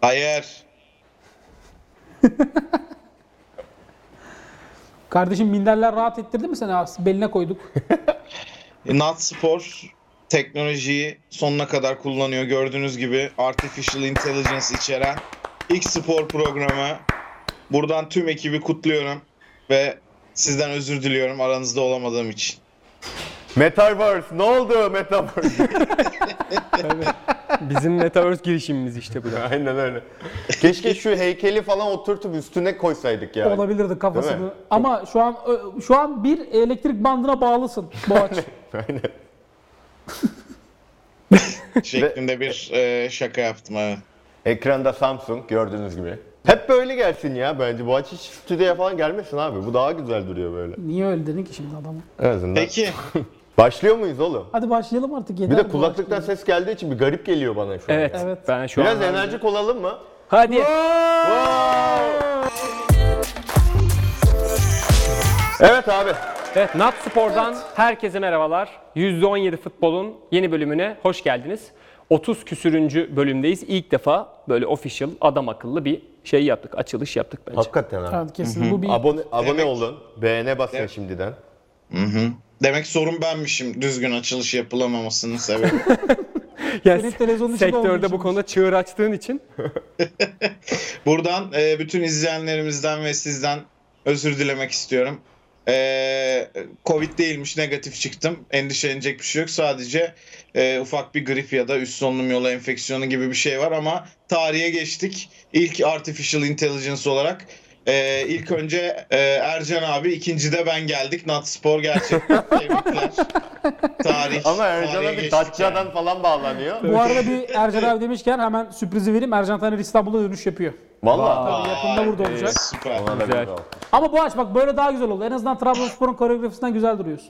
Hayır. Kardeşim minderler rahat ettirdi mi seni? Beline koyduk. Not Spor teknolojiyi sonuna kadar kullanıyor. Gördüğünüz gibi Artificial Intelligence içeren ilk spor programı. Buradan tüm ekibi kutluyorum ve sizden özür diliyorum aranızda olamadığım için. Metaverse ne oldu Metaverse? Bizim Metaverse girişimimiz işte bu da. Aynen öyle. Keşke şu heykeli falan oturtup üstüne koysaydık ya. Olabilirdi Değil kafasını. mi? Ama şu an bir elektrik bandına bağlısın Boğaç. Aynen. Şeklinde bir şaka yaptım, evet. Ekranda Samsung gördüğünüz gibi. Hep böyle gelsin ya bence. Bu hiç stüdyoya falan gelmesin abi. Bu daha güzel duruyor böyle. Niye öyle dedin ki şimdi adamı? En azından. Peki. Başlıyor muyuz oğlum? Hadi başlayalım artık. Bir de kulaklıktan ses geldiği için bir garip geliyor bana şu an. Evet, Evet. ben şu Biraz an... enerjik olalım mı? Hadi. Evet abi. Evet, Not Spor'dan herkese merhabalar. %17 futbolun yeni bölümüne hoş geldiniz. 30 küsürüncü bölümdeyiz. İlk defa böyle official, adam akıllı bir şey yaptık, açılış yaptık bence. Hakikaten abi. Evet kesin bu bir Abone Demek- olun. Beğene basın Evet. şimdiden. Demek sorun benmişim. Düzgün açılış yapılamamasının sebebi. Yani Senin televizyonun içinde sektörde olduğu bu için. konuda çığır açtığın için. Buradan bütün izleyenlerimizden ve sizden özür dilemek istiyorum. Covid değilmiş, negatif çıktım. Endişelenecek bir şey yok. Sadece ufak bir grip ya da üst solunum yolu enfeksiyonu gibi bir şey var ama tarihe geçtik. İlk Artificial Intelligence olarak. İlk önce Ercan abi, ikinci de ben geldik. Not Spor gerçekten tebrikler. Tarih. Ama Ercan'a tarihe bir geçtik Datça'dan yani. falan bağlanıyor. Bu arada bir Ercan abi demişken hemen sürprizi vereyim. Ercan Taner İstanbul'a dönüş yapıyor. Valla. Tabii yakında burada olacak. Süper. Ona da Güzel. bir olsun. Ama Boğaç bak böyle daha güzel oldu. En azından Trabzonspor'un koreografisinden güzel duruyorsun.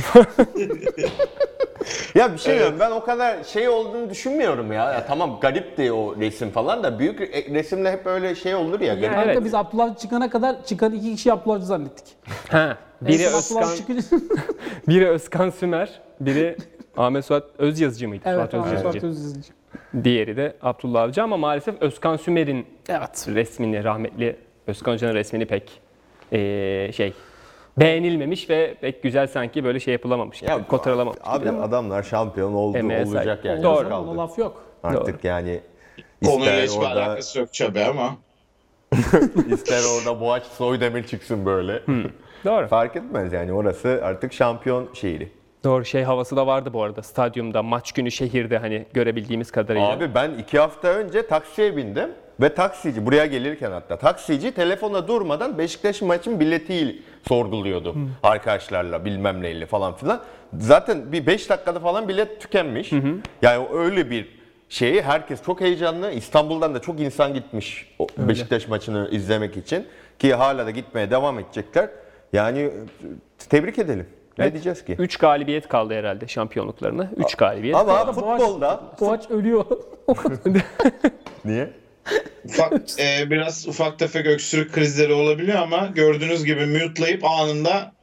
Ya bir şey diyorum, ben o kadar şey olduğunu düşünmüyorum ya. Ya tamam garipti o resim falan da büyük resimde hep öyle şey olur ya. garip. Kanka Evet. biz Abdullah çıkana kadar çıkan iki kişi Abdullah'cı zannettik. Ha, biri En son Özkan, Abdullah çıkınca... biri Özkan Sümer, biri Ahmet Suat Özyazıcı mıydı? Evet, Suat Özyazıcı. Suat Özyazıcı. Diğeri de Abdullah Avcı ama maalesef Özkan Sümer'in Evet. resmini, rahmetli Özkan Hoca'nın resmini pek beğenilmemiş ve pek güzel sanki böyle şey yapılamamış gibi, kotarılamamış Abi gibi ama adamlar şampiyon oldu, Emeğe olacak sahip. yani. Doğru. Az kaldı. Ona laf yok. Artık yani Konuyla ister hiçbir orada, alakası yok Çabi ama. ister orada Boğaç Soydemir çıksın böyle. doğru. Fark etmez yani, orası artık şampiyon şehri. Doğru, şey havası da vardı bu arada stadyumda, maç günü şehirde hani görebildiğimiz kadarıyla. Abi ben 2 hafta önce taksiye bindim ve taksici, buraya gelirken hatta taksici telefona durmadan Beşiktaş maçın bileti sorguluyordu. Arkadaşlarla bilmem neyle falan filan. Zaten bir 5 dakikada falan bilet tükenmiş. Yani öyle bir şeyi, herkes çok heyecanlı. İstanbul'dan da çok insan gitmiş o Beşiktaş maçını izlemek için. Ki hala da gitmeye devam edecekler. Yani tebrik edelim. Ne Evet. diyeceğiz ki? 3 galibiyet kaldı herhalde şampiyonluklarına. 3 galibiyet. Ama Boğaç- futbolda... Boğaç ölüyor. Niye? Biraz ufak tefek öksürük krizleri olabiliyor ama gördüğünüz gibi mute'layıp anında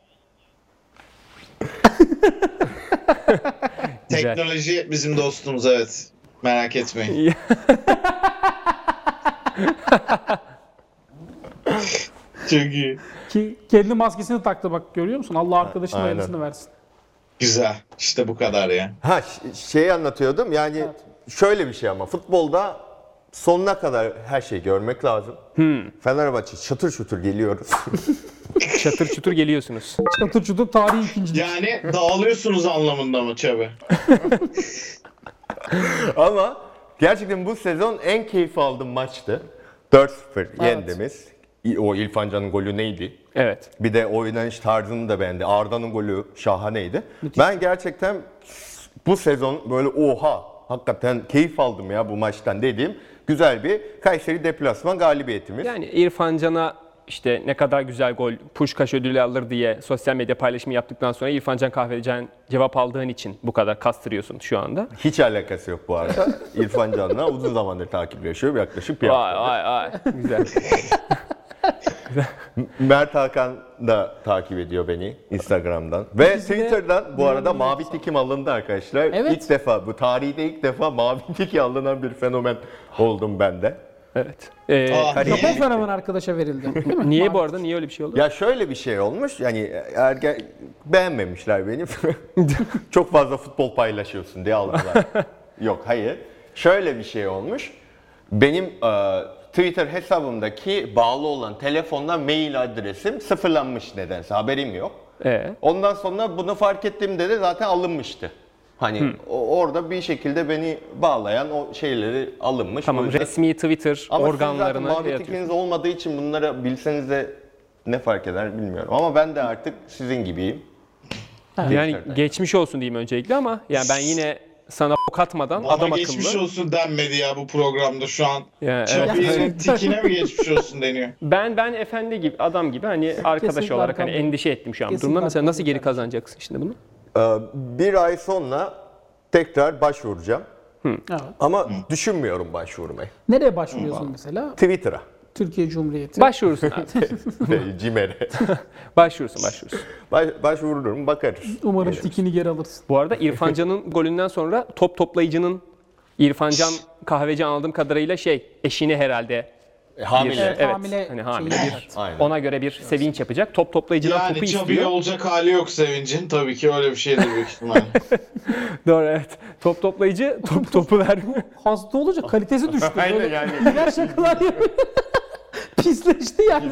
Güzel. teknoloji bizim dostumuz, evet. Merak etmeyin. Çok iyi. Ki kendi maskesini taktı bak, görüyor musun? Allah arkadaşına Aynen. hayırlısını versin. Güzel. İşte bu kadar ya. Ha şeyi anlatıyordum yani, şöyle bir şey ama futbolda sonuna kadar her şeyi görmek lazım. Fenerbahçe çatır çutur geliyoruz. Çatır çutur geliyorsunuz. Çatır çutur tarihi ikincilik. Yani dağılıyorsunuz anlamında mı Çabi? Ama gerçekten bu sezon en keyif aldığım maçtı. 4-0 yendiğimiz. O İrfan Can'ın golü neydi? Evet. Bir de oynanış tarzını da beğendi. Arda'nın golü şahaneydi. Ben gerçekten bu sezon böyle oha hakikaten keyif aldım ya bu maçtan dediğim güzel bir Kayseri deplasman galibiyetimiz. Yani İrfan Can'a işte ne kadar güzel gol, Puskás ödülü alır diye sosyal medya paylaşımı yaptıktan sonra İrfan Can Kahveci'den cevap aldığın için bu kadar kastırıyorsun şu anda. Hiç alakası yok bu arada. İrfan Can'la uzun zamandır takipleşiyor, yaklaşık bir hafta. Vay. Güzel. Mert Hakan da takip ediyor beni Instagram'dan. Ve İkisi de Twitter'dan bu arada birbirine mavi tikim alındı arkadaşlar. Evet. İlk defa, bu tarihte ilk defa mavi tiki alınan bir fenomen oldum ben de. Evet. Ah, Japon niye? fenomeni arkadaşa verildi. Değil mi? Niye bu arada? Niye öyle bir şey oldu? Ya şöyle bir şey olmuş. Yani beğenmemişler beni. Çok fazla futbol paylaşıyorsun diye aldılar. Yok, hayır. Şöyle bir şey olmuş. Benim Twitter hesabımdaki bağlı olan telefonla mail adresim sıfırlanmış nedense. Haberim yok. Ondan sonra bunu fark ettiğimde de zaten alınmıştı. Hani orada bir şekilde beni bağlayan o şeyleri alınmış. Tamam, O yüzden- resmi Twitter Ama organlarına sizin zaten mavi tikiniz olmadığı için bunları bilseniz de ne fark eder bilmiyorum. Ama ben de artık sizin gibiyim. Yani Twitter'da. geçmiş olsun diyeyim öncelikle ama yani ben yine sana ok atmadan Bana adam geçmiş akıllı. olsun denmedi ya bu programda şu an. Ya, evet. Şabiye'nin tikine mi geçmiş olsun deniyor? Ben efendi gibi adam gibi hani arkadaş Kesinlikle olarak hani arkamda. endişe ettim şu an bu Kesinlikle durumda. Mesela nasıl arkamda. geri kazanacaksın şimdi bunu? Bir ay sonra tekrar başvuracağım. Evet. Ama düşünmüyorum başvurmayı. Nereye başvuruyorsun mesela? Twitter'a. Türkiye Cumhuriyeti. Başvurursun abi. Cimer'e. Başvurursun. Başvururum, bakarız. Umarım tikini geri alırsın. Bu arada İrfan Can'ın golünden sonra top toplayıcının İrfan Can kahveci anladığım kadarıyla eşini herhalde Hamile. Evet, hamile hani hamile şeyi, bir evet. Aynen. ona göre bir sevinç yapacak. Top toplayıcıdan topu Yani istiyor. Çabiye olacak hali yok Sevinç'in. Tabii ki öyle bir şeydir büyük ihtimalle. Doğru, evet. Top toplayıcı topu vermiyor. Hasta olunca kalitesi düştü. Aynen Böyle yani. biber şakalar yapıyor. Pisleşti yani.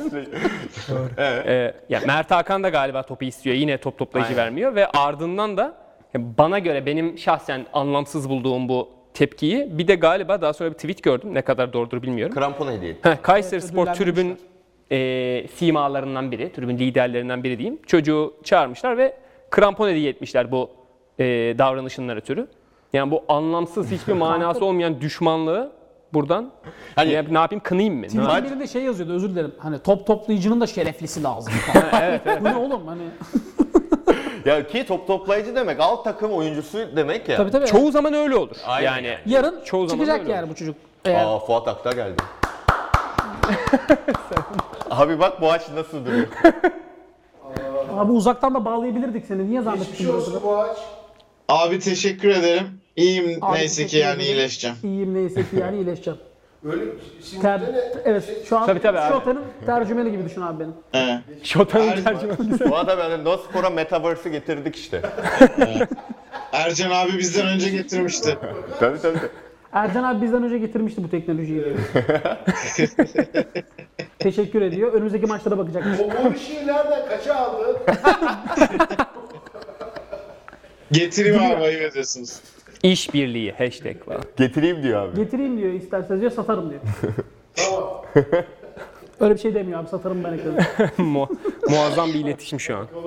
Ya Mert Hakan da galiba topu istiyor. Yine top toplayıcı Aynen. vermiyor ve ardından da bana göre benim şahsen anlamsız bulduğum bu tepkiyi bir de galiba daha sonra bir tweet gördüm. Ne kadar doğrudur bilmiyorum. Krampon hediye etti. Kayseri Spor ödüllendirmişler. tribün simalarından biri, tribün liderlerinden biri diyeyim. Çocuğu çağırmışlar ve krampon hediye etmişler bu davranışından ötürü. Yani bu anlamsız hiçbir manası olmayan düşmanlığı buradan Hani- ne yapayım, kınayım mı? Ne Tweet'in yapayım? birinde şey yazıyordu, özür dilerim. Hani top toplayıcının da şereflisi lazım falan. evet. Bu ne oğlum hani. Ya ki top toplayıcı demek alt takım oyuncusu demek ya. Tabii. Çoğu zaman öyle olur. Aynen Yani yani. Yarın çoğu zaman çıkacak öyle yani bu çocuk. Eğer Fuat Akta geldi. Abi bak bu aç nasıl duruyor. abi uzaktan da bağlayabilirdik seni. Niye zahmet ettin? Abi teşekkür ederim. İyiyim Abi neyse ki teşekkür yani ederim. iyileşeceğim. İyiyim neyse ki yani iyileşeceğim. Öyle şimdi Evet şu an Tabii abi. Şota'nın tercümeni gibi düşün abi benim. He. Şota'nın tercümanı. Bu arada ben Nospor'a Metaverse'ı getirdik işte. Ercan abi bizden önce getirmişti. Tabii. Ercan abi bizden önce getirmişti bu teknolojiyi. Teşekkür ediyor. Önümüzdeki maçlara bakacakmış. o işi nereden kaça aldın? Getireyim abi ayıp ediyorsunuz. İşbirliği hashtag falan. Getireyim diyor abi. Getireyim diyor, isterseniz diyor, satarım diyor. Tamam. Öyle bir şey demiyor abi, satarım ben ekledim. Muazzam bir iletişim şu an.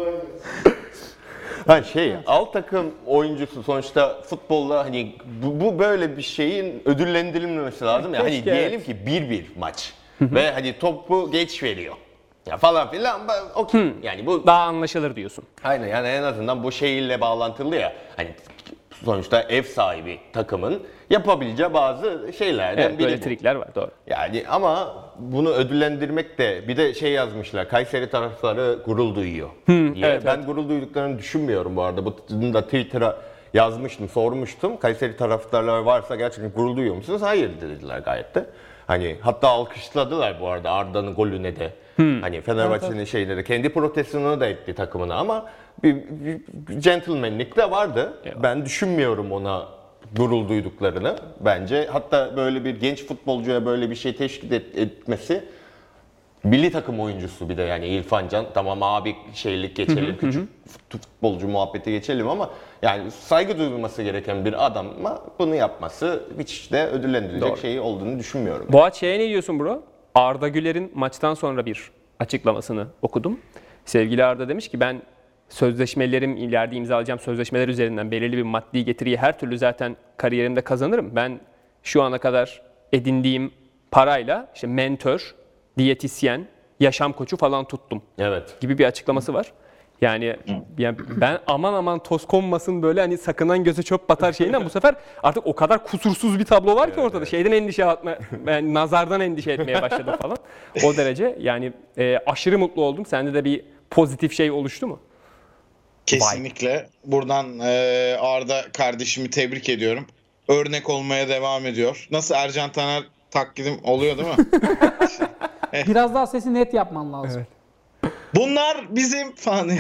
Ha alt takım oyuncusu sonuçta futbolda hani bu böyle bir şeyin ödüllendirilmemesi lazım ya. Hani Keşke, diyelim ki 1-1 maç ve hani topu geç veriyor. Ya falan filan okey. Yani bu Daha anlaşılır diyorsun. aynen yani en azından bu şeyle bağlantılı ya. Hani sonuçta ev sahibi takımın yapabileceği bazı şeylerden Evet, biri böyle bu. trikler var, doğru. Yani ama bunu ödüllendirmek de bir de şey yazmışlar. Kayseri taraftarı gurur duyuyor diye. evet, Ben gurur duyduklarını düşünmüyorum bu arada. Bunu da Twitter'a yazmıştım, sormuştum. Kayseri taraftarları varsa gerçekten gurur duyuyor musunuz? Hayır dediler gayet de. Hani hatta alkışladılar bu arada Arda'nın golüne de. Hani Fenerbahçe'nin şeyleri kendi protestonu da etti takımına ama bir gentlemanlik de vardı. Ben düşünmüyorum ona gurur duyduklarını bence. Hatta böyle bir genç futbolcuya böyle bir şey teşkil etmesi, milli takım oyuncusu bir de yani İrfan Can, tamam abi şeylik geçelim, küçük futbolcu muhabbeti geçelim ama yani saygı duyulması gereken bir adama bunu yapması hiç de ödüllendirilecek şeyi olduğunu düşünmüyorum. Boğaç ne diyorsun bro? Arda Güler'in maçtan sonra bir açıklamasını okudum. Sevgili Arda demiş ki ben sözleşmelerim, ileride imzalayacağım sözleşmeler üzerinden belirli bir maddi getiriyi her türlü zaten kariyerimde kazanırım. Ben şu ana kadar edindiğim parayla işte mentor, diyetisyen, yaşam koçu falan tuttum Evet. gibi bir açıklaması var. Yani ben aman toz konmasın böyle hani sakınan göze çöp batar şeyinden bu sefer artık o kadar kusursuz bir tablo var ki ortada. Şeyden endişe etme, ben nazardan endişe etmeye başladım falan. O derece yani aşırı mutlu oldum. Sende de bir pozitif şey oluştu mu? Kesinlikle. Buradan Arda kardeşimi tebrik ediyorum. Örnek olmaya devam ediyor. Nasıl Ercan Taner taklidim oluyor değil mi? Biraz daha sesi net yapman lazım. Bunlar bizim falan.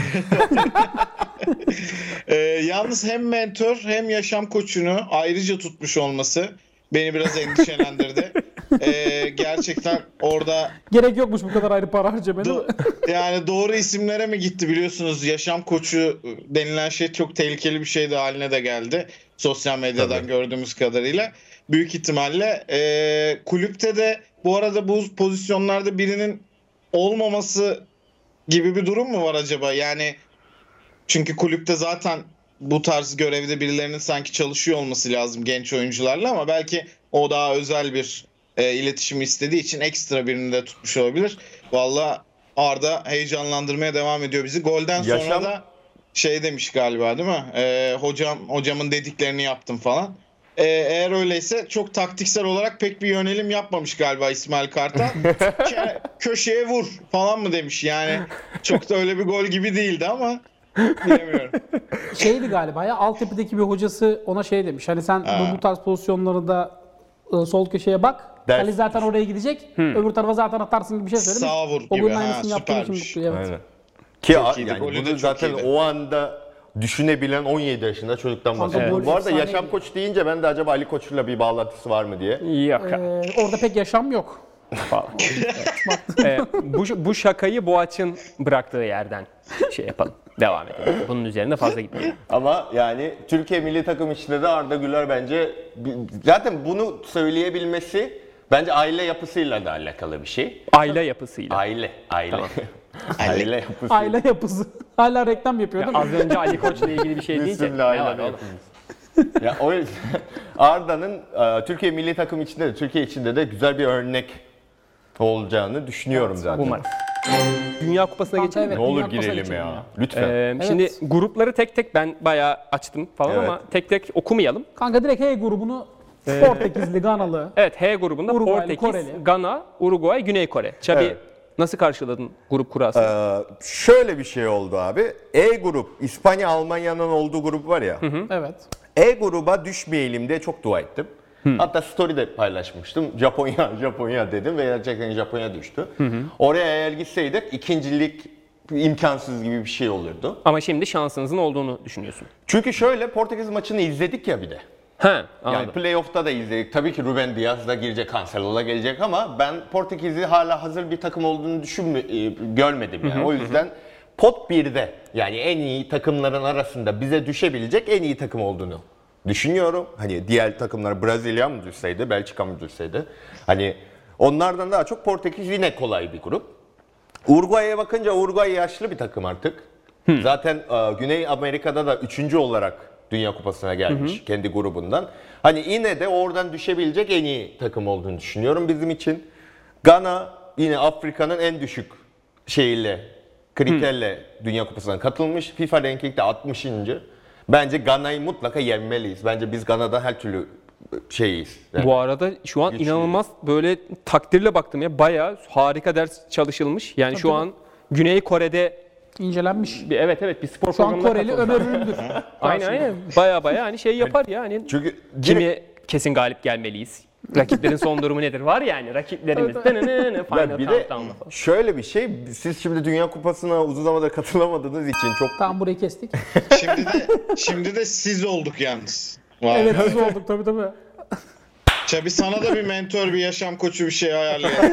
Yalnız hem mentor hem yaşam koçunu ayrıca tutmuş olması beni biraz endişelendirdi. Gerçekten orada Gerek yokmuş bu kadar ayrı para harcamaya, değil mi? yani doğru isimlere mi gitti biliyorsunuz? Yaşam koçu denilen şey çok tehlikeli bir şey de haline de geldi. Sosyal medyadan Tabii. gördüğümüz kadarıyla. Büyük ihtimalle kulüpte de bu arada bu pozisyonlarda birinin olmaması gibi bir durum mu var acaba? Yani çünkü kulüpte zaten bu tarz görevde birilerinin sanki çalışıyor olması lazım genç oyuncularla ama belki o daha özel bir iletişimi istediği için ekstra birini de tutmuş olabilir. Valla Arda heyecanlandırmaya devam ediyor bizi. Golden sonra Yaşam- da şey demiş galiba değil mi? Hocamın dediklerini yaptım falan. Eğer öyleyse çok taktiksel olarak pek bir yönelim yapmamış galiba İsmail Kartal. Köşeye vur falan mı demiş yani. Çok da öyle bir gol gibi değildi ama bilemiyorum. Şeydi galiba ya, altyapıdaki bir hocası ona şey demiş. Hani sen bu tarz pozisyonlarda sol köşeye bak. Ders Kale zaten oraya gidecek. Öbür tarafa zaten atarsın gibi bir şey söylemiş. Sağ vur O gibi. golün Ha, aynısını yaptığım için süpermiş. mutluyum. Evet. Aynen. Ki Çok iyiydi, yani golü de bunu çok zaten iyiydi. o anda düşünebilen 17 yaşında çocuktan Kanka, bahsediyorum. gol Bu arada efsaneydi yaşam ya. koç deyince ben de acaba Ali Koç'la bir bağlantısı var mı diye. Yok. Orada pek yaşam yok. Falan. Bu şakayı Boğaç'ın bıraktığı yerden şey yapalım. Devam edelim. Bunun üzerine fazla gitmeyelim. Ama yani Türkiye milli takım içinde de Arda Güler bence zaten bunu söyleyebilmesi bence aile yapısıyla da alakalı bir şey. Aile yapısıyla. Aile. Tamam. Aile yapısı. Aile yapısı. Hala reklam yapıyor değil mi? Az önce Ali Koç'la ilgili bir şey deyince Müslüm'le ne aile var oğlum? yapımız. Ya o yüzden Arda'nın Türkiye milli takım içinde de Türkiye içinde de güzel bir örnek olacağını düşünüyorum zaten. Umarım. Dünya Kupası'na Kanka, geçelim mi? evet. Ne olur Dünya Kupası'na girelim geçelim ya. ya. Lütfen. Şimdi Evet. grupları tek tek ben bayağı açtım falan Evet. ama tek tek okumayalım. Kanka direkt H grubunu Portekizli, Ganalı. Evet, H grubunda Uruguaylı, Portekiz, Koreli. Gana, Uruguay, Güney Kore. Çabi Evet. nasıl karşıladın grup kurasını? Şöyle bir şey oldu abi. E grup, İspanya, Almanya'nın olduğu grup var ya. Evet. E gruba düşmeyelim diye çok dua ettim. Hatta story'de paylaşmıştım. Japonya dedim ve gerçekten Japonya düştü. Oraya eğer gitseydik ikincilik imkansız gibi bir şey olurdu. Ama şimdi şansınızın olduğunu düşünüyorsun. Çünkü şöyle Portekiz maçını izledik ya bir de. He, Yani anladım. playoff'ta da izledik. Tabii ki Ruben Diaz da girecek, Cancelo da gelecek ama ben Portekiz'i hala hazır bir takım olduğunu görmedim yani. O yüzden pot 1'de yani en iyi takımların arasında bize düşebilecek en iyi takım olduğunu düşünüyorum. Hani diğer takımlar Brezilya mı düşseydi, Belçika mı düşseydi. Hani onlardan daha çok Portekiz yine kolay bir grup. Uruguay'a bakınca Uruguay yaşlı bir takım artık. Zaten Güney Amerika'da da 3. olarak Dünya Kupası'na gelmiş kendi grubundan. Hani yine de oradan düşebilecek en iyi takım olduğunu düşünüyorum bizim için. Gana yine Afrika'nın en düşük kriterle Dünya Kupası'na katılmış. FIFA rankingde 60. Bence Gana'yı mutlaka yenmeliyiz. Bence biz Gana'da her türlü şeyiz. Yani Bu arada şu an güçlüyüz. inanılmaz böyle takdirle baktım ya. Bayağı harika ders çalışılmış. Yani şu Tabii. an Güney Kore'de İncelenmiş. bir spor Şu an programına Koreli katıldı. Ömer Üründür. Aynen. Baya hani şey yapar ya. Hani çünkü kimi kesin galip gelmeliyiz. Rakiplerin son durumu nedir? Var yani rakiplerimiz. Final Ya bir de countdown'la falan. şöyle bir şey, siz şimdi Dünya Kupası'na uzun zamandır katılamadığınız için çok Tamam, burayı kestik. Şimdi de siz olduk yalnız. Vay. Evet, biz olduk tabii. Çabi sana da bir mentor, bir yaşam koçu bir şey ayarlayalım.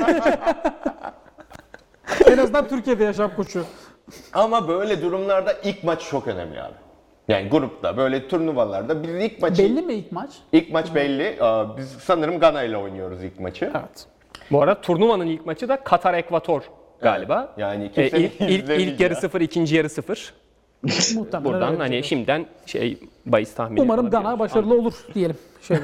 En azından Türkiye'de yaşam koçu. Ama böyle durumlarda ilk maç çok önemli abi. Yani grupta böyle turnuvalarda biz ilk maçı Belli mi ilk maç? ilk maç belli. Biz sanırım Gana ile oynuyoruz ilk maçı. Evet. Bu arada turnuvanın ilk maçı da Katar Ekvator galiba. Yani kimsenin ilk izlemeyeceği. yarı 0, ikinci yarı 0. Muhtemelen Buradan öyle hani bir şey. şimdiden bahis tahmini Umarım yapılabilir. Gana başarılı olur diyelim. Şeyde.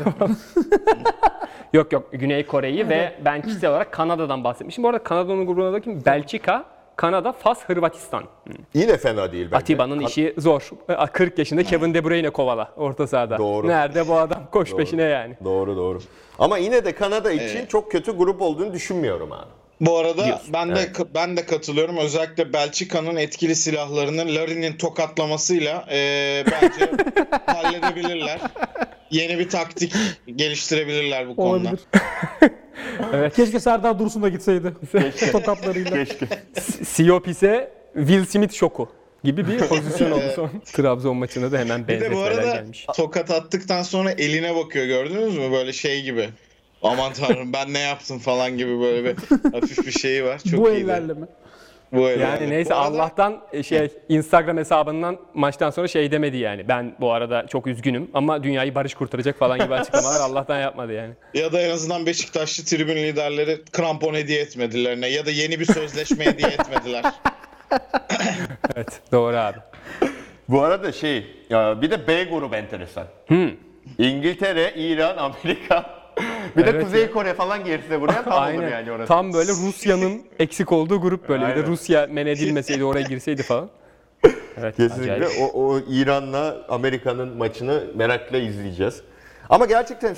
Yok Güney Kore'yi ve ben kişisel olarak Kanada'dan bahsetmişim. Bu arada Kanada'nın grubuna bakayım. Belçika, Kanada, Fas, Hırvatistan. Yine fena değil bence. Atiba'nın işi zor. 40 yaşında Kevin De Bruyne kovala orta sahada. Doğru. Nerede bu adam? Koş peşine yani. Doğru. Ama yine de Kanada için çok kötü grup olduğunu düşünmüyorum abi. Bu arada Diyorsun. ben de katılıyorum. Özellikle Belçika'nın etkili silahlarını Larin'in tokatlamasıyla bence halledebilirler. Yeni bir taktik geliştirebilirler bu konuda. Olabilir. Keşke Serdar Dursun da gitseydi. Tokatlarıyla. Keşke. Siopis'e Will Smith şoku gibi bir pozisyon oldu son. Trabzon maçında da hemen Bir de bu benzetmeler arada gelmiş. tokat attıktan sonra eline bakıyor, gördünüz mü? Böyle şey gibi. Aman tanrım ben ne yaptım falan gibi böyle bir hafif bir şeyi var. Çok Bu iyiydi. ellerle mi? Bu ellerle. Yani neyse Bu arada- Allah'tan Instagram hesabından maçtan sonra şey demedi yani. Ben bu arada çok üzgünüm ama dünyayı barış kurtaracak falan gibi açıklamalar Allah'tan yapmadı yani. Ya da en azından Beşiktaşlı tribün liderleri krampon hediye etmediler ya da yeni bir sözleşme hediye etmediler. Evet doğru abi. Bu arada bir de B grubu enteresan. İngiltere, İran, Amerika. Bir de Evet Kuzey ya. Kore falan girse buraya tam olur yani orası. Tam böyle Rusya'nın eksik olduğu grup böyle. Bir de Aynen. Rusya men edilmeseydi oraya girseydi falan. Evet, Kesinlikle acayip. o İran'la Amerika'nın maçını merakla izleyeceğiz. Ama gerçekten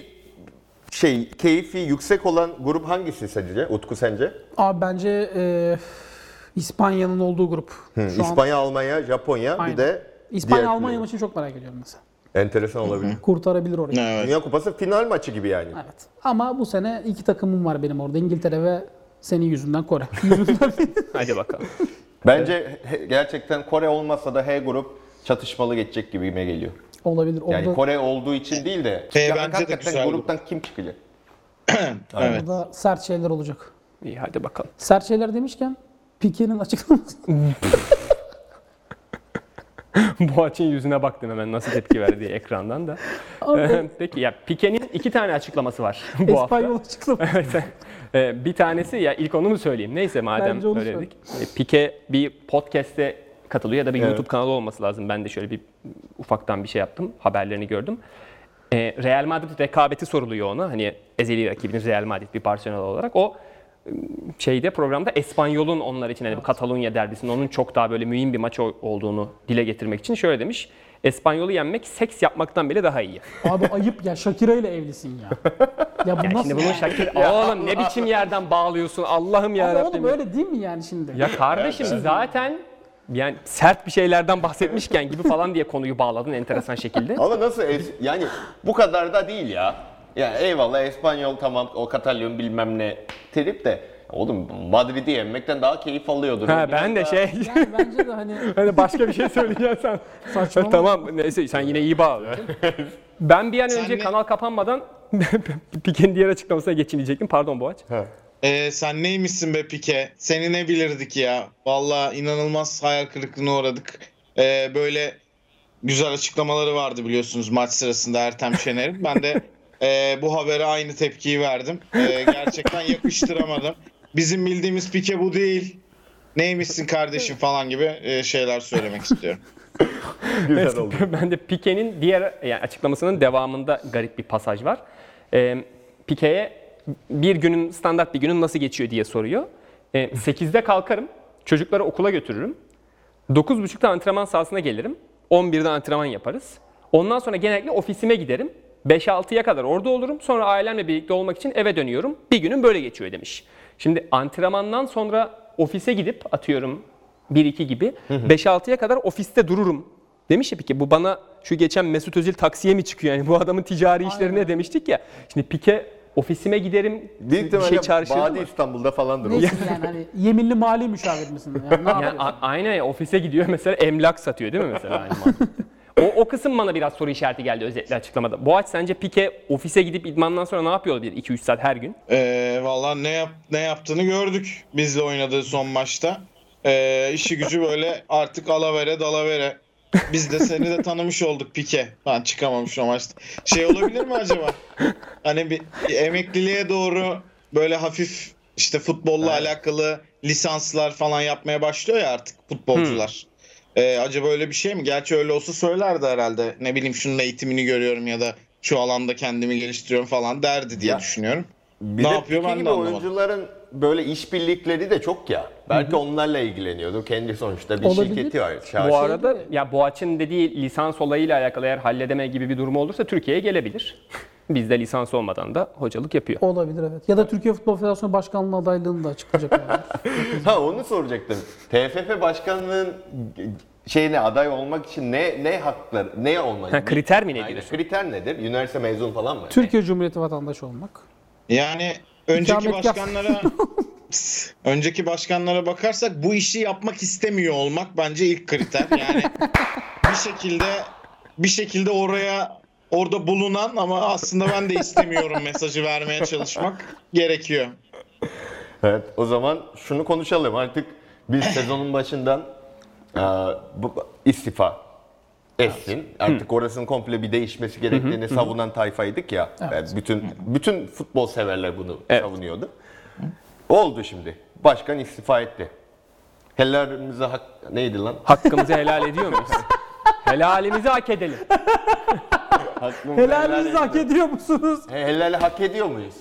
keyfi yüksek olan grup hangisi sence? Utku sence? Abi bence İspanya'nın olduğu grup. Şu an İspanya, Almanya, Japonya Aynen. bir de İspanya diğer Almanya grup. maçını çok merak ediyorum mesela. Enteresan olabilir. Kurtarabilir orayı. Evet. Dünya Kupası final maçı gibi yani. Evet. Ama bu sene iki takımım var benim orada. İngiltere ve senin yüzünden Kore. Yüzünden. Hadi bakalım. Bence gerçekten Kore olmasa da H grup çatışmalı geçecek gibime geliyor. Olabilir. Yani Orada, Kore olduğu için değil de Bence de hakikaten güzel gruptan kim çıkacak? Evet. orada sert şeyler olacak. İyi hadi bakalım. Sert şeyler demişken Pique'nin açıklaması. Boğaç'ın yüzüne baktım hemen nasıl tepki verdi diye ekrandan da. Peki ya Pique'nin 2 tane açıklaması var bu hafta. İspanyol açıklaması. Evet. Bir tanesi ya ilk onu mu söyleyeyim? Neyse madem Bence onu öyle söyle. dedik. Pique bir podcast'te katılıyor ya da bir YouTube kanalı olması lazım. Ben de şöyle bir ufaktan bir şey yaptım. Haberlerini gördüm. Real Madrid rekabeti soruluyor ona. Hani ezeli rakibiniz Real Madrid bir Barcelona olarak. O programda Espanyol'un onlar için hani bu Katalunya derbisinin onun çok daha böyle mühim bir maç olduğunu dile getirmek için şöyle demiş. Espanyol'u yenmek seks yapmaktan bile daha iyi. Abi ayıp ya. Shakira ile evlisin ya. Ya bu Ya nasıl? şimdi bunun oğlum ne biçim yerden bağlıyorsun Allah'ım ya Abi Rabbim. oğlum öyle değil mi yani şimdi? Ya kardeşim zaten yani sert bir şeylerden bahsetmişken gibi falan diye konuyu bağladın enteresan şekilde. Ama nasıl yani bu kadar da değil ya. Ya eyvallah Espanyol tamam o Katalyon bilmem ne trip de oğlum Madrid'i yenmekten daha keyif alıyordur. Ha, ben de Yani bence de hani hani başka bir şey söyleyeceksen. saçmalama. Tamam neyse sen yine iyi bağlıyorsun. Ben bir an Sen önce ne- kanal kapanmadan Pique'nin diğer açıklamasına geçeyim diyecektim. Pardon Boğaç. Sen neymişsin be Pike? Seni ne bilirdik ya? Vallahi inanılmaz hayal kırıklığına uğradık. Böyle güzel açıklamaları vardı biliyorsunuz maç sırasında Ertem Şener'in. Ben de bu habere aynı tepkiyi verdim. Gerçekten yakıştıramadım. Bizim bildiğimiz Pike bu değil. Neymişsin kardeşim falan gibi şeyler söylemek istiyorum. Güzel oldu. Ben de Pique'nin diğer yani açıklamasının devamında garip bir pasaj var. Pique'ye standart bir günün nasıl geçiyor diye soruyor. 8'de kalkarım, çocukları okula götürürüm. 9.30'da antrenman sahasına gelirim. 11'de antrenman yaparız. Ondan sonra genellikle ofisime giderim. 5-6'ya kadar orada olurum. Sonra ailemle birlikte olmak için eve dönüyorum. Bir günüm böyle geçiyor demiş. Şimdi antrenmandan sonra ofise gidip atıyorum 1-2 gibi 5-6'ya kadar ofiste dururum. Demiş ya Pique bu bana şu geçen Mesut Özil taksiye mi çıkıyor? Yani bu adamın ticari işlerine demiştik ya. Şimdi Pique ofisime giderim. Büyük bir şey ihtimalle çağrıştırdı Badi mı? İstanbul'da falandır o. Neyse yani hani yeminli mali müşavir misin? Yani ne Yani yapıyorsun? aynen ya, ofise gidiyor mesela emlak satıyor değil mi mesela aynı mantıkta? O kısım bana biraz soru işareti geldi özetle açıklamada. Boğaç sence Pique ofise gidip idmandan sonra ne yapıyor bir 2-3 saat her gün? Vallahi ne yaptığını gördük bizle oynadığı son maçta. İşi gücü böyle artık alavere dalavere. Biz de seni de tanımış olduk Pike. Ben çıkamamış o maçta. Şey olabilir mi acaba? Hani bir emekliliğe doğru böyle hafif işte futbolla alakalı lisanslar falan yapmaya başlıyor ya artık futbolcular. Acaba öyle bir şey mi? Gerçi öyle olsa söylerdi herhalde. Ne bileyim şunun eğitimini görüyorum ya da şu alanda kendimi geliştiriyorum falan derdi diye Ya, düşünüyorum. Bir Ne de yapıyor Pique ben de gibi anlamadım. oyuncuların böyle işbirlikleri de çok ya. Belki onlarla ilgileniyordu. Kendi sonuçta bir Olabilir. şirketi var. Bu arada ya Boğaç'ın dediği lisans olayıyla alakalı eğer halledeme gibi bir durumu olursa Türkiye'ye gelebilir. Bizde lisans olmadan da hocalık yapıyor. Olabilir evet. Ya da Türkiye Futbol Federasyonu Başkanlığı adaylığını da açıklayacak. Yani. Ha onu soracaktım. TFF başkanlığın şeyine aday olmak için ne hakları, ne olmalı? Ha, kriter mi ne Aynen. diyorsun? Kriter nedir? Üniversite mezun falan mı? Türkiye Cumhuriyeti vatandaşı olmak. Yani önceki İkametgah. başkanlara bakarsak bu işi yapmak istemiyor olmak bence ilk kriter. Yani bir şekilde orada bulunan ama aslında ben de istemiyorum mesajı vermeye çalışmak gerekiyor. Evet, o zaman şunu konuşalım. Artık biz sezonun başından bu istifa etsin. Artık orasının komple bir değişmesi gerektiğini savunan tayfaydık ya. Evet. Bütün futbol severler bunu savunuyordu. Oldu şimdi. Başkan istifa etti. Helalimize neydi lan? Hakkımızı helal ediyor muyuz? Helalimizi hak edelim. Hakkımızı Helalinizi hak ediyor musunuz? Helali hak ediyor muyuz?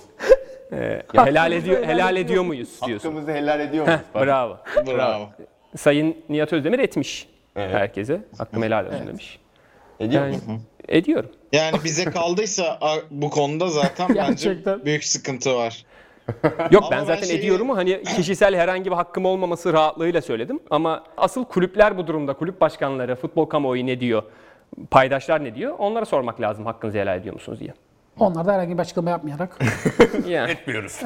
Ya helal ediyor muyuz diyorsun. Hakkımızı helal ediyor muyuz? Bravo. Bravo. Sayın Nihat Özdemir etmiş Evet. herkese. Hakkımı helal olsun demiş. Ediyor Yani musun? ediyorum. Yani bize kaldıysa bu konuda zaten bence Gerçekten. büyük sıkıntı var. Yok Ama ben ben zaten şeyi- ediyorum hani kişisel herhangi bir hakkım olmaması rahatlığıyla söyledim. Ama asıl kulüpler bu durumda, kulüp başkanları, futbol kamuoyu ne diyor, paydaşlar ne diyor? Onlara sormak lazım hakkınızı helal ediyor musunuz diye. Onlar da herhangi bir açıklama yapmayarak Yani. Etmiyoruz.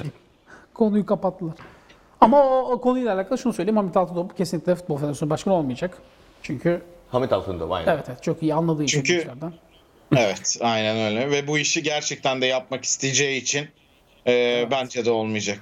konuyu kapattılar. Ama o konuyla alakalı şunu söyleyeyim. Hamit Altıntop kesinlikle Futbol Federasyonu Başkanı olmayacak. Çünkü Hamit Altındağ aynen. evet çok iyi anladığı için Çünkü- bu işlerden. Evet, aynen öyle. Ve bu işi gerçekten de yapmak isteyeceği için bence de olmayacak.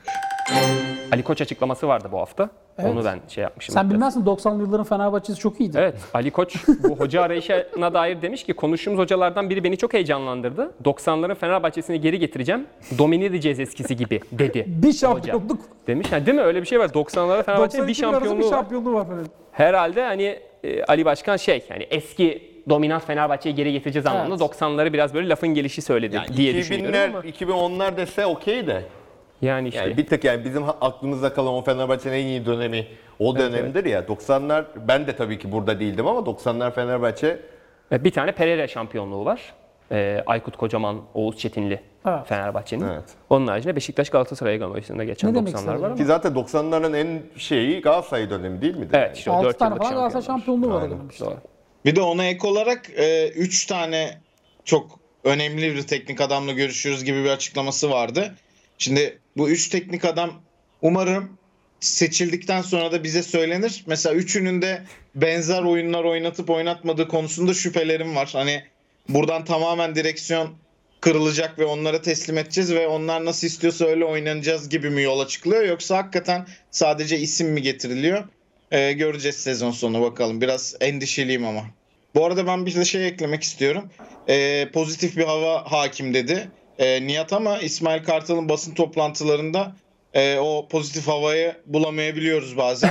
Ali Koç açıklaması vardı bu hafta. Evet. Onu ben şey yapmışım. Sen bilmezsin 90'lı yılların Fenerbahçesi çok iyiydi. Evet, Ali Koç bu hoca arayışına dair demiş ki konuştuğumuz hocalardan biri beni çok heyecanlandırdı. 90'ların Fenerbahçe'sini geri getireceğim. Domine edeceğiz eskisi gibi dedi. Bir şampiyonluk. Demiş. Yani değil mi? Öyle bir şey var. 90'lara Fenerbahçe'nin bir 92 arası şampiyonluğu bir var. şampiyonluğu var Fener'in. Herhalde hani Ali Başkan yani eski dominant Fenerbahçe'yi geri getireceğiz anlamında Evet. 90'ları biraz böyle lafın gelişi söyledi diye düşünüyorum ama. 2010'lar dese okey de. Yani işte. Yani bir tek yani bizim aklımızda kalan o Fenerbahçe'nin en iyi dönemi o dönemdir ya. 90'lar ben de tabii ki burada değildim ama 90'lar Fenerbahçe Bir tane Pereira şampiyonluğu var. Aykut Kocaman, Oğuz Çetinli Evet. Fenerbahçe'nin. Evet. Onun haricinde Beşiktaş Galatasaray gamasında geçen Ne demek 90'lar var istedin? ama. ki zaten 90'ların en şeyi Galatasaray dönemi değil midir? Evet işte o 6 4 tane yıllık falan Galatasaray şampiyonluğu var o dönem işte. Doğru. Bir de ona ek olarak 3 tane çok önemli bir teknik adamla görüşüyoruz gibi bir açıklaması vardı. Şimdi bu 3 teknik adam umarım seçildikten sonra da bize söylenir. Mesela üçünün de benzer oyunlar oynatıp oynatmadığı konusunda şüphelerim var. Hani buradan tamamen direksiyon kırılacak ve onlara teslim edeceğiz ve onlar nasıl istiyorsa öyle oynanacağız gibi mi yola çıkılıyor, yoksa hakikaten sadece isim mi getiriliyor? Göreceğiz sezon sonu, bakalım. Biraz endişeliyim ama. Bu arada ben bir de şey eklemek istiyorum. Pozitif bir hava hakim dedi Nihat, ama İsmail Kartal'ın basın toplantılarında o pozitif havayı bulamayabiliyoruz bazen.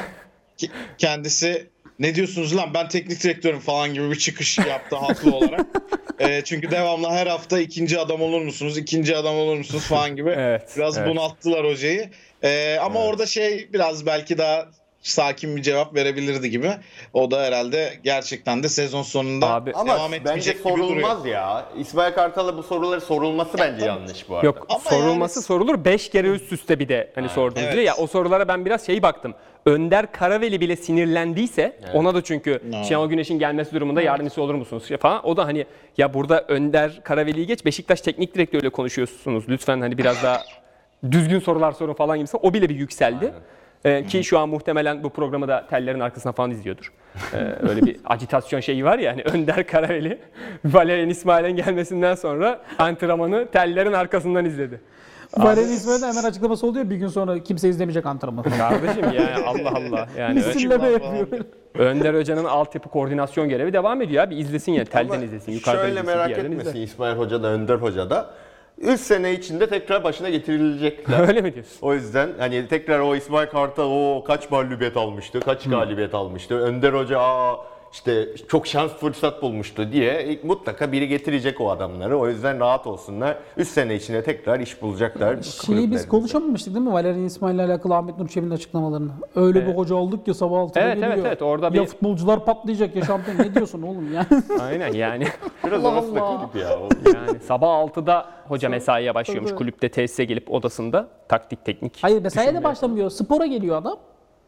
Kendisi ne diyorsunuz lan, ben teknik direktörüm falan gibi bir çıkış yaptı haklı olarak. Çünkü devamlı her hafta ikinci adam olur musunuz, ikinci adam olur musunuz falan gibi Evet, biraz evet. bunalttılar hocayı. Ama orada biraz belki daha sakin bir cevap verebilirdi gibi. O da herhalde gerçekten de sezon sonunda Abi- Ama devam bence etmeyecek gibi duruyor. sorulmaz ya. İsmail Kartal'a bu soruları sorulması bence yanlış bu arada. Yok Ama sorulması yani- sorulur 5 kere üst üste bir de hani sordunuz Evet. diye. Ya o sorulara ben biraz baktım. Önder Karaveli bile sinirlendiyse ona da çünkü Şenol Güneş'in gelmesi durumunda yardımcısı olur musunuz falan. O da hani ya burada Önder Karaveli'yi geç, Beşiktaş teknik direktörüyle konuşuyorsunuz. Lütfen hani biraz daha düzgün sorular sorun falan gibisi. O bile bir yükseldi. Ki şu an muhtemelen bu programı da tellerin arkasına falan izliyordur. Öyle bir ajitasyon şeyi var ya hani Önder Karaveli, Valerian İsmail'in gelmesinden sonra antrenmanı tellerin arkasından izledi. Valerian İsmail'in hemen açıklaması oluyor. Bir gün sonra kimse izlemeyecek antrenmanı. Kardeşim yani Allah Allah. Yani Misilleme yapıyor. Önder Hoca'nın altyapı koordinasyon görevi devam ediyor abi. İzlesin yani. Telden Ama izlesin. Yukarıdan şöyle izlesin. merak bir yerden etmesin izler. İsmail Hoca da Önder Hoca da 3 sene içinde tekrar başına getirilecekler. Öyle mi diyorsun? O yüzden hani tekrar o İsmail Kartal o kaç mağlubiyet almıştı, kaç galibiyet almıştı. Önder Hoca işte çok şans fırsat bulmuştu diye mutlaka biri getirecek o adamları. O yüzden rahat olsunlar. 3 sene içinde tekrar iş bulacaklar. Şeyi biz kulüplerinde. konuşamamıştık değil mi? Valerian İsmail'le alakalı Ahmet Nur Çebi'nin açıklamalarını. Öyle bir hoca olduk ki sabah 6'da Evet, geliyor. evet, evet. Orada ya bir- futbolcular patlayacak ya şampiyon. Ne diyorsun oğlum ya? Aynen yani. Biraz Allah orası da Allah. kulüp ya. Yani sabah 6'da hoca mesaiye başlıyormuş. Tabii. Kulüpte tesise gelip odasında taktik teknik. Hayır mesaiye de düşünmeye. başlamıyor. Spora geliyor adam.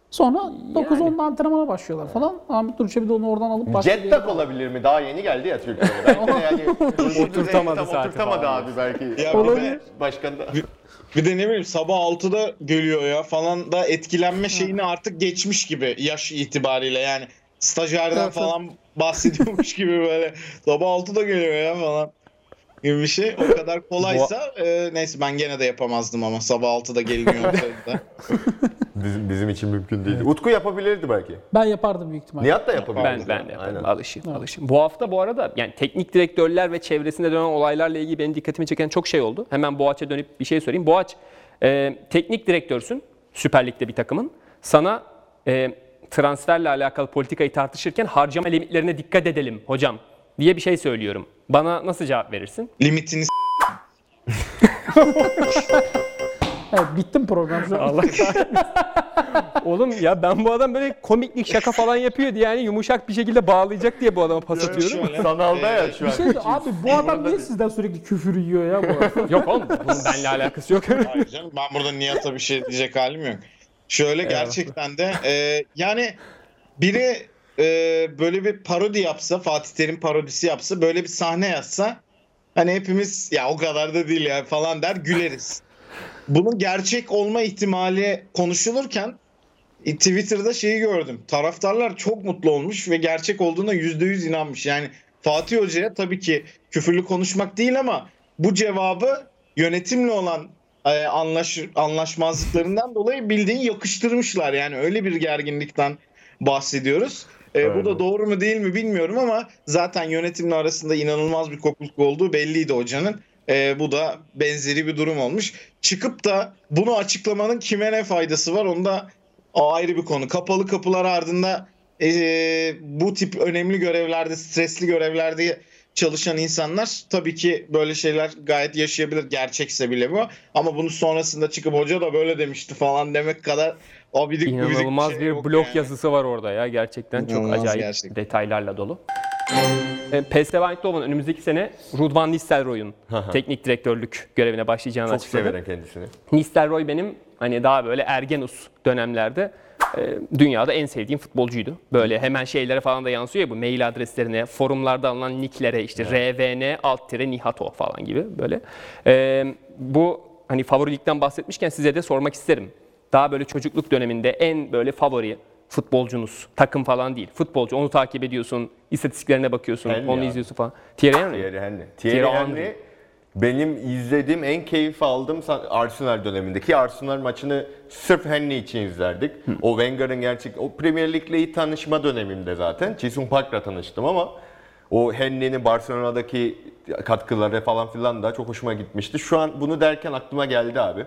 Sonra 9-10'da antrenmana başlıyorlar falan. Ahmet Duruş'a bir de onu oradan alıp başka bir yere- Jetlag olabilir mi? Daha yeni geldi ya Türkiye'ye. Belki de yani Oturtamadı tam saati oturtamadı falan. abi belki. Ya Olabilir. Başkan da. bir de ne bileyim sabah 6'da geliyor ya falan da etkilenme şeyini artık geçmiş gibi yaş itibariyle yani stajyerden Evet, falan bahsediyormuş gibi böyle sabah 6'da geliyor ya falan gibi bir şey. O kadar kolaysa neyse ben gene de yapamazdım ama sabah 6'da geliyor da. Bizim için mümkün değil. Utku yapabilirdi belki. Ben yapardım büyük ihtimalle. Nihat da yapabilirdi. Ben de yaparım. Aynen. Alışın. Bu hafta bu arada yani teknik direktörler ve çevresinde dönen olaylarla ilgili benim dikkatimi çeken çok şey oldu. Hemen Boğaç'a dönüp bir şey söyleyeyim. Boğaç teknik direktörsün Süper Lig'de bir takımın. Sana transferle alakalı politikayı tartışırken harcama limitlerine dikkat edelim hocam diye bir şey söylüyorum. Bana nasıl cevap verirsin? Limitini Evet, bittim program şu an. Allah kahretsin. Oğlum ya ben bu adam böyle komiklik şaka falan yapıyor diye yani yumuşak bir şekilde bağlayacak diye bu adama pas atıyorum. şöyle. Sanalda ya şu Bir an. şey de, abi bu adam niye sizden sürekli küfür yiyor ya bu arada? Yok oğlum bunun benimle alakası yok. Hayır canım, ben burada Nihat'a bir şey diyecek halim yok. Şöyle gerçekten de yani biri böyle bir parodi yapsa, Fatih Terim parodisi yapsa, böyle bir sahne yazsa hani hepimiz ya o kadar da değil ya falan der güleriz. Bunun gerçek olma ihtimali konuşulurken Twitter'da şeyi gördüm. Taraftarlar çok mutlu olmuş ve gerçek olduğuna %100 inanmış. Yani Fatih Hoca'ya tabii ki küfürlü konuşmak değil ama bu cevabı yönetimle olan anlaşmazlıklarından dolayı bildiğin yakıştırmışlar. Yani öyle bir gerginlikten bahsediyoruz. Bu da doğru mu değil mi bilmiyorum ama zaten yönetimle arasında inanılmaz bir kopukluk olduğu belliydi hocanın. Bu da benzeri bir durum olmuş. Çıkıp da bunu açıklamanın kime ne faydası var onu da o ayrı bir konu. Kapalı kapılar ardında bu tip önemli görevlerde, stresli görevlerde çalışan insanlar tabii ki böyle şeyler gayet yaşayabilir, gerçekse bile bu. Ama bunu sonrasında çıkıp hoca da böyle demişti falan demek kadar abidik gubidik İnanılmaz şey bir yok blog yani. yazısı var orada ya gerçekten çok İnanılmaz acayip gerçekten. detaylarla dolu. PSV Eindhoven önümüzdeki sene Ruud van Nistelrooy'un teknik direktörlük görevine başlayacağını Çok açıkladı. severim kendisini. Nistelrooy benim hani daha böyle ergenus dönemlerde dünyada en sevdiğim futbolcuydu. Böyle hemen şeylere falan da yansıyor ya bu mail adreslerine, forumlarda alınan nicklere işte rvn_nihato falan gibi böyle. Bu hani favorilikten bahsetmişken size de sormak isterim. Daha böyle çocukluk döneminde en böyle favori futbolcunuz, takım falan değil. Futbolcu, onu takip ediyorsun, istatistiklerine bakıyorsun, Henry onu abi. izliyorsun falan. Thierry Henry. Thierry Henry. Thierry Thierry Henry. Henry benim izlediğim en keyif aldığım Arsenal dönemindeki Arsenal maçını sırf Henry için izlerdik. O Wenger'ın o Premier Lig'le iyi tanışma dönemimde zaten. Ji-sung Park'la tanıştım ama o Henry'nin Barcelona'daki katkıları falan filan da çok hoşuma gitmişti. Şu an bunu derken aklıma geldi abi.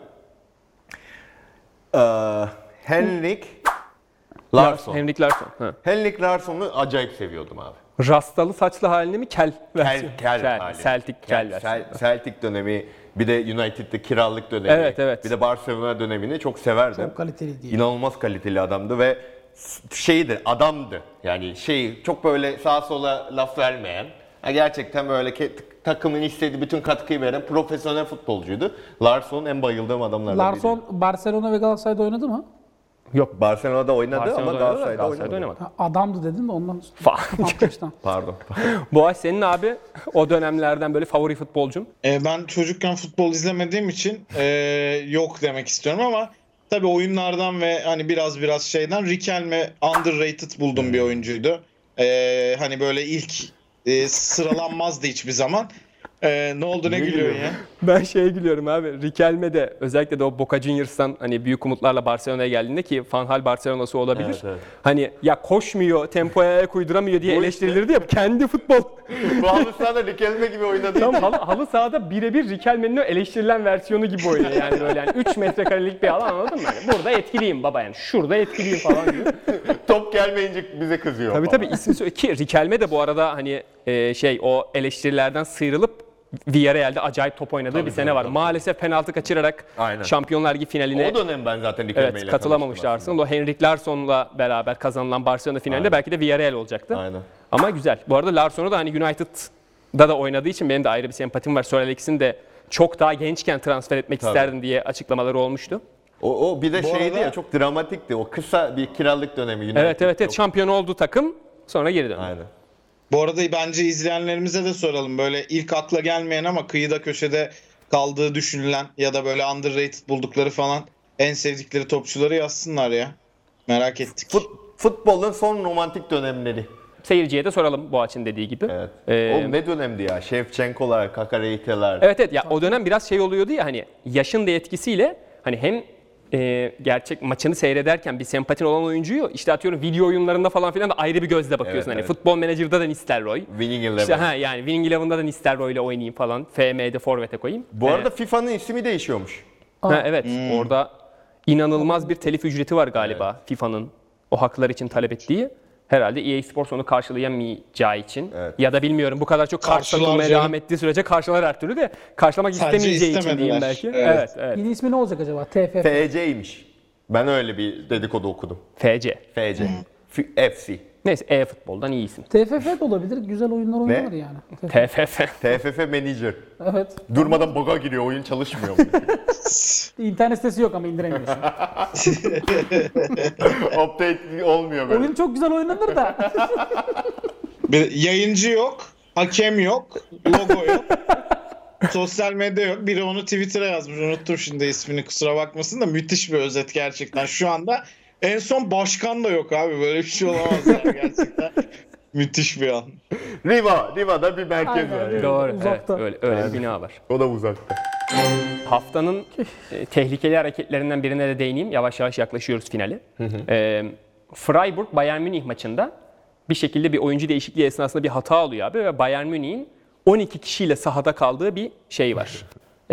Henrik Larsson. Henrik Larsson. Ha. Henrik Larsson'u acayip seviyordum abi. Rastalı saçlı halini mi kel versiyonu? Kel hali. Celtic kel versiyonu. Celtic dönemi, bir de United'de kiralık dönemi, Evet. bir de Barcelona dönemini çok severdim. Çok kaliteli değil. İnanılmaz kaliteli adamdı ve adamdı. Yani çok böyle sağa sola laf vermeyen, gerçekten böyle takımın istediği bütün katkıyı veren profesyonel futbolcuydu. Larsson en bayıldığım adamlardan biriydi. Larson Barcelona ve Galatasaray'da oynadı mı? Yok. Barcelona'da oynadı Barcelona'da ama oynadı da Galatasaray'da oynamadı. Ha, adamdı dedin de ondan sonra. Falan. Alkıştan. Pardon. Boğaç senin abi o dönemlerden böyle favori futbolcun. Ben çocukken futbol izlemediğim için yok demek istiyorum ama tabii oyunlardan ve hani biraz şeyden Riquelme underrated buldum bir oyuncuydu. Hani böyle ilk sıralanmazdı hiçbir zaman. Ne oldu ne gülüyorsun ya? Ben şeye gülüyorum abi. Riquelme de özellikle de o Boca Juniors'tan hani büyük umutlarla Barcelona'ya geldiğinde ki Van Gaal Barcelona'sı olabilir. Evet, evet. Hani ya koşmuyor, tempoya ayak uyduramıyor diye eleştirilirdi ya. Kendi futbol. Bu halı sahada Riquelme gibi oynadı. Tam halı sahada birebir Riquelme'nin o eleştirilen versiyonu gibi oynuyor. Yani böyle yani 3 metrekarelik bir alan anladın mı? Yani burada etkiliyim baba yani. Şurada etkiliyim falan diyor. Top gelmeyince bize kızıyor. Tabii falan. tabii ismi söyle ki Riquelme de bu arada hani o eleştirilerden sıyrılıp Villarreal'de acayip top oynadığı bir sene var. Maalesef penaltı kaçırarak Aynen. Şampiyonlar Ligi finaline O dönem ben zaten Riquelme ile katılamamıştı tanıştım Arsenal. O Henrik Larsson'la beraber kazanılan Barcelona finalinde belki de Villarreal olacaktı. Aynen. Ama güzel. Bu arada Larsson'u da hani United'da da oynadığı için benim de ayrı bir sempatim var. Sir Alex'in de çok daha gençken transfer etmek isterdim diye açıklamaları olmuştu. O bir de Bu şeydi arada- ya, çok dramatikti. O kısa bir kiralık dönemi. United Evet. çok- Şampiyon olduğu takım sonra geri döndü. Aynen. Bu arada bence izleyenlerimize de soralım. Böyle ilk akla gelmeyen ama kıyıda köşede kaldığı düşünülen ya da böyle underrated buldukları falan en sevdikleri topçuları yazsınlar ya. Merak ettik. Futbolun son romantik dönemleri. Seyirciye de soralım Boğaç'ın dediği gibi. Evet. Ee, O ne dönemdi ya? Shevchenko'lar, Kakareyte'ler. Evet ya o dönem biraz şey oluyordu ya hani yaşın da etkisiyle hani hem gerçek maçını seyrederken bir sempatin olan oyuncuyu işte atıyorum video oyunlarında falan filan da ayrı bir gözle bakıyorsun. Evet, Hani evet. Futbol Manager'da da Nistelrooy. Winning Eleven. İşte, yani Winning Eleven'da da Nistelrooy ile oynayayım falan. FM'de forvete koyayım. Bu arada FIFA'nın ismi değişiyormuş. Evet orada inanılmaz bir telif ücreti var galiba FIFA'nın o haklar için talep ettiği. Herhalde EA Sports onu karşılayamayacağı için Evet. ya da bilmiyorum bu kadar çok karşı Karşılar takılmaya canım. devam ettiği sürece karşılar her türlü de karşılamak Sadece istemeyeceği için diyeyim istemediler. belki. Evet. Evet. Yeni ismi ne olacak acaba? TFF. FC'ymiş. Ben öyle bir dedikodu okudum. FC. FC. FC. Neyse e-futboldan iyi isim. TFF de olabilir. Güzel oyunlar oynanır yani. TFF. TFF Manager. Evet. Durmadan bug'a giriyor, oyun çalışmıyor mu? İnternet sitesi yok ama indiremiyorsun. Update olmuyor böyle. Oyun çok güzel oynanır da. Bir yayıncı yok, hakem yok, logo yok. Sosyal medya yok. Biri onu Twitter'a yazmış. Unuttum şimdi ismini, kusura bakmasın da müthiş bir özet gerçekten. Şu anda en son başkan da yok abi. Böyle bir şey olamaz yani gerçekten. Müthiş bir an. Riva'da bir merkez Aynen, var. Riva. Yani. Doğru. Uzakta. Evet, öyle bir bina var. O da uzakta. Haftanın tehlikeli hareketlerinden birine de değineyim. Yavaş yavaş yaklaşıyoruz finale. Freiburg Bayern Münih maçında bir şekilde bir oyuncu değişikliği esnasında bir hata oluyor abi ve Bayern Münih'in 12 kişiyle sahada kaldığı bir şey var.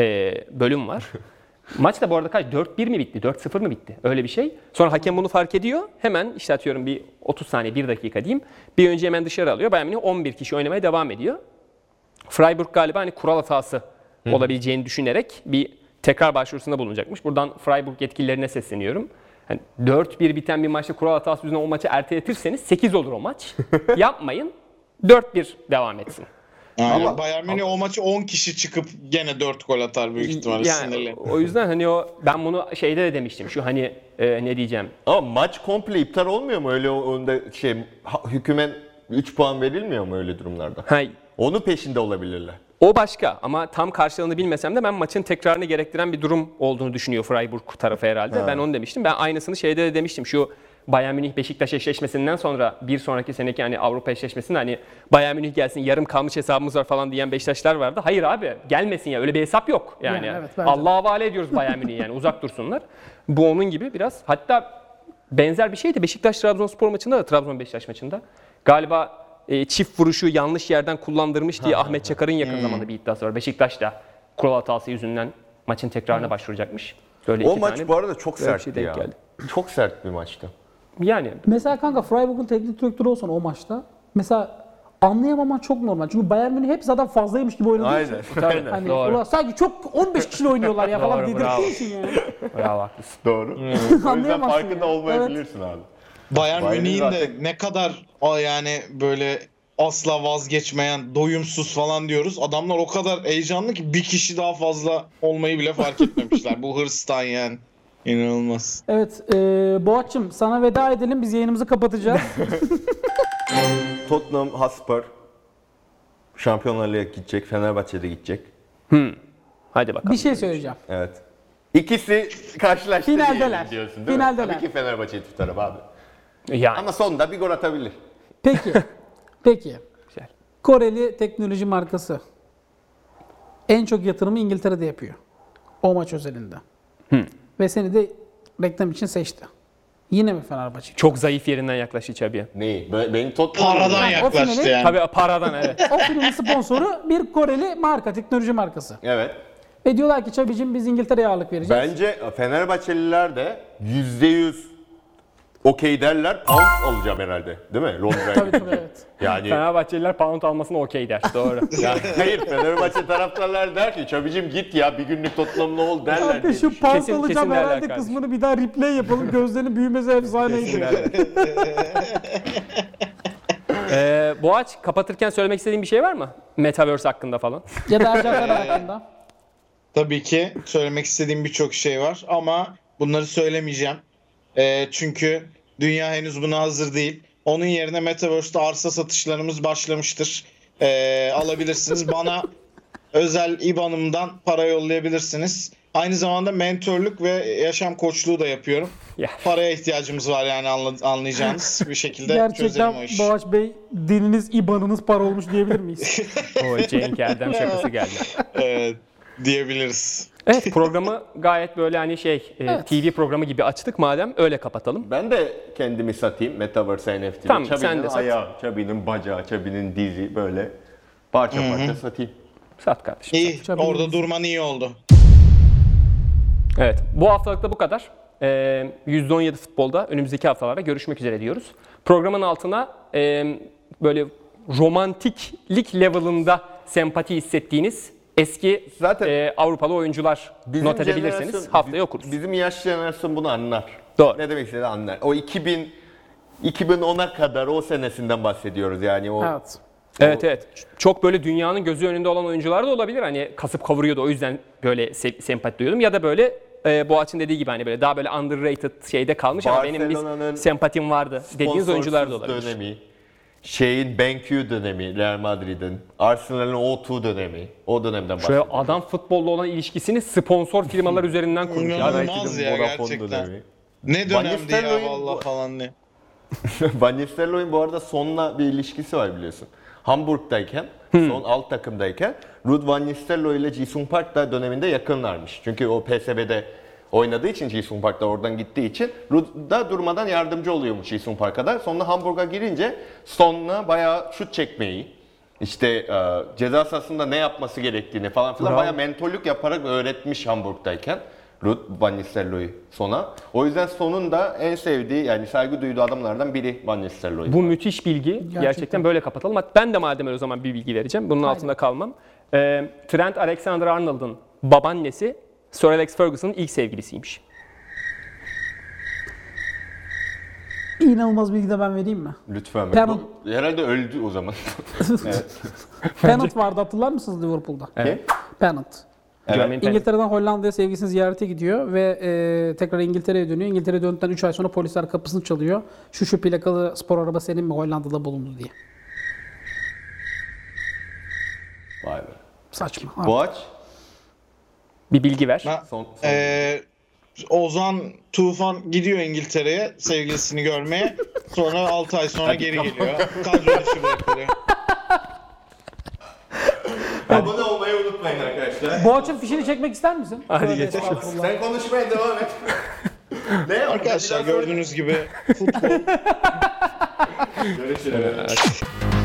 Bölüm var. Maç da bu arada kaç? 4-1 mi bitti? 4-0 mı bitti? Öyle bir şey. Sonra hakem bunu fark ediyor. Hemen işte atıyorum bir 30 saniye, 1 dakika diyeyim. Bir önce hemen dışarı alıyor. Bayern Münih 11 kişi oynamaya devam ediyor. Freiburg galiba hani kural hatası olabileceğini düşünerek bir tekrar başvurusunda bulunacakmış. Buradan Freiburg yetkililerine sesleniyorum. Yani 4-1 biten bir maçta kural hatası yüzünden o maçı erteletirseniz 8 olur o maç. Yapmayın. 4-1 devam etsin. Aynen. Ama- Bayern Münih o maçı 10 kişi çıkıp gene 4 gol atar büyük ihtimalle, Yani sinirli. o yüzden hani ben bunu şeyde de demiştim. Şu hani ne diyeceğim? Ama maç komple iptal olmuyor mu? Öyle önde hükümen 3 puan verilmiyor mu öyle durumlarda? Onun peşinde olabilirler. O başka ama tam karşılığını bilmesem de ben maçın tekrarını gerektiren bir durum olduğunu düşünüyor Freiburg tarafı herhalde. Ben onu demiştim. Ben aynısını şeyde de demiştim. Şu Bayern Münih Beşiktaş eşleşmesinden sonra bir sonraki seneki hani Avrupa eşleşmesinde hani Bayern Münih gelsin, yarım kalmış hesabımız var falan diyen Beşiktaşlar vardı. Hayır abi, gelmesin ya, öyle bir hesap yok. Yani, Yani evet, bence de. Allah'a havale ediyoruz Bayern Münih'i, yani uzak dursunlar. Bu onun gibi biraz. Hatta benzer bir şeydi Beşiktaş Trabzonspor maçında da, Trabzon Beşiktaş maçında. Galiba çift vuruşu yanlış yerden kullandırmış diye Ahmet Çakar'ın yakın zamanda bir iddiası var. Beşiktaş da kural hatası yüzünden maçın tekrarına başvuracakmış. Böyle O iki maç tane bu arada çok böyle bir sertti şey denk ya. geldi. Çok sert bir maçtı. Yani Mesela kanka Freiburg'un teknik direktörü olsan o maçta mesela anlayamaman çok normal. Çünkü Bayern Münih hep zaten fazlaymış gibi oynadığı için. Aynen. Hani Doğru. ulan sanki çok 15 kişiyle oynuyorlar ya falan Doğru, bravo. dedirtiyor için yani. bravo, haklısın. Doğru. O yüzden Anlayamazsın farkında ya. olmayabilirsin abi. Bayern Bayern'in Münih'in de zaten- ne kadar yani böyle asla vazgeçmeyen, doyumsuz falan diyoruz. Adamlar o kadar heyecanlı ki bir kişi daha fazla olmayı bile fark etmemişler. Bu hırstan yani. İnanılmaz. Evet Boğaç'cığım sana veda edelim, biz yayınımızı kapatacağız. Tottenham Hotspur Şampiyonlar Ligi'ne gidecek. Fenerbahçe'de gidecek. Hadi bakalım. Bir şey söyleyeceğim. Evet. İkisi karşılaştı Finaldeler. diyelim diyorsun değil mi? Finaldeler. Tabii ki Fenerbahçe'yi tutarım abi. Yani. Ama sonunda bir gol atabilir. Peki. Güzel. Koreli teknoloji markası en çok yatırımı İngiltere'de yapıyor. O maç özelinde. Ve seni de reklam için seçti. Yine mi Fenerbahçe? Çok zayıf yerinden yaklaştı Çabi'ye. Neyi? Benim Tottenham... Paradan Yani o yaklaştı finali- yani. Tabii paradan evet. O filmin sponsoru bir Koreli marka, teknoloji markası. Evet. Ve diyorlar ki Çabicim biz İngiltere'ye ağırlık vereceğiz. Bence Fenerbahçeliler de %100 okey derler. Pound alacağım herhalde. Değil mi? Londra'ya. Tabii evet. Yani Fenerbahçeliler pound almasına okey der. Doğru. ya, hayır, Fenerbahçe taraftarlar der ki Çabicim git ya, bir günlük Tottenham'lı ol derler. Kanka diye şu düşünüyorum. pant Kesin- alacağım kesin derler herhalde kardeşim. kısmını bir daha replay yapalım. Gözlerinin büyümesi efsaneydi. Boğaç, kapatırken söylemek istediğin bir şey var mı? Metaverse hakkında falan. Ya da Ercan Karar hakkında. Tabii ki söylemek istediğim birçok şey var ama Bunları söylemeyeceğim. Çünkü dünya henüz buna hazır değil. Onun yerine Metaverse'de arsa satışlarımız başlamıştır. Alabilirsiniz. Bana özel IBAN'ımdan para yollayabilirsiniz. Aynı zamanda mentörlük ve yaşam koçluğu da yapıyorum. Ya. Paraya ihtiyacımız var yani anlayacağınız bir şekilde Gerçekten çözelim o işi. Boğaç Bey diliniz, IBAN'ınız para olmuş diyebilir miyiz? O Cenk Erdem şakası geldi. Diyebiliriz. Evet, programı gayet böyle hani TV programı gibi açtık, madem öyle kapatalım. Ben de kendimi satayım Metaverse NFT'de. Tamam, sen Çabi'nin de sat. ayağı, Çabi'nin bacağı, Çabi'nin dizi böyle parça parça satayım. Sat kardeşim. İyi. Tabii Orada biz- durman iyi oldu. Evet, bu haftalık da bu kadar. %17 futbolda önümüzdeki haftalarda görüşmek üzere diyoruz. Programın altına böyle romantiklik level'ında sempati hissettiğiniz eski Zaten Avrupalı oyuncular not edebilirsiniz. jenerasyon- Haftaya okuruz. Bizim yaş jenerasyon bunu anlar. Doğru. Ne demek istediğini anlar. O 2010'a kadar o senesinden bahsediyoruz yani o. Evet. Evet. Çok böyle dünyanın gözü önünde olan oyuncular da olabilir. Hani kasıp kavuruyordu, o yüzden böyle sempati duyuyordum. Ya da böyle Boğaç'ın dediği gibi hani böyle daha böyle underrated şeyde kalmış ama benim Barcelona'nın bir sempatim vardı dediğiniz oyuncular da Sponsorsuz olabilir. dönemi, BenQ dönemi, Real Madrid'in, Arsenal'ın O2 dönemi, o dönemden Şöyle bahsediyoruz. adam futbolla olan ilişkisini sponsor firmalar üzerinden kurmuş. İnanılmaz United'ın ya Vodafone gerçekten. dönemi. Ne Van dönemdi ya Nistelrooy'un vallahi bu- falan diye. Van Nistelrooy'un bu arada Son'la bir ilişkisi var biliyorsun. Hamburg'dayken, Son alt takımdayken Ruud van Nistelrooy ile Ji-sung Park da döneminde yakınlarmış. Çünkü o PSV'de oynadığı için Ji-sung Park'ta oradan gittiği için Ruud da durmadan yardımcı oluyormuş Ji-sung Park'a da. Sonra Hamburg'a girince Son'la bayağı şut çekmeyi, işte ceza sahasında ne yapması gerektiğini falan filan bayağı mentorluk yaparak öğretmiş Hamburg'dayken. Ruud van Nistelrooy Son'a. O yüzden Son'un da en sevdiği yani saygı duyduğu adamlardan biri Van Nistelrooy. Bu müthiş bilgi. Gerçekten böyle kapatalım. Hatta ben de madem öyle o zaman bir bilgi vereceğim. Bunun altında kalmam. Trent Alexander-Arnold'un babaannesi Sir Alex Ferguson'ın ilk sevgilisiymiş. İnanılmaz bilgi de ben vereyim mi? Lütfen. Penalty. Bu herhalde öldü o zaman. Pennant vardı, hatırlar mısınız Liverpool'da? Evet. Pennant. Jermaine Pennant. İngiltere'den Hollanda'ya sevgilisini ziyarete gidiyor ve tekrar İngiltere'ye dönüyor. İngiltere'ye döndükten 3 ay sonra polisler kapısını çalıyor. Şu plakalı spor araba senin mi, Hollanda'da bulundu diye. Vay be. Saçma. Boğaç. Bir bilgi ver. Son. Ozan Tufan gidiyor İngiltere'ye sevgilisini görmeye. Sonra 6 ay sonra geri geliyor. Kadro dışı bırakılıyor. Abone olmayı unutmayın arkadaşlar. Boğaç'ın fişini çekmek ister misin? Hadi Tövbe geçelim. estağfurullah. Sen konuşmaya devam et. Ne yapalım? Arkadaşlar Biraz sonra- gördüğünüz gibi futbol Görüşürüz.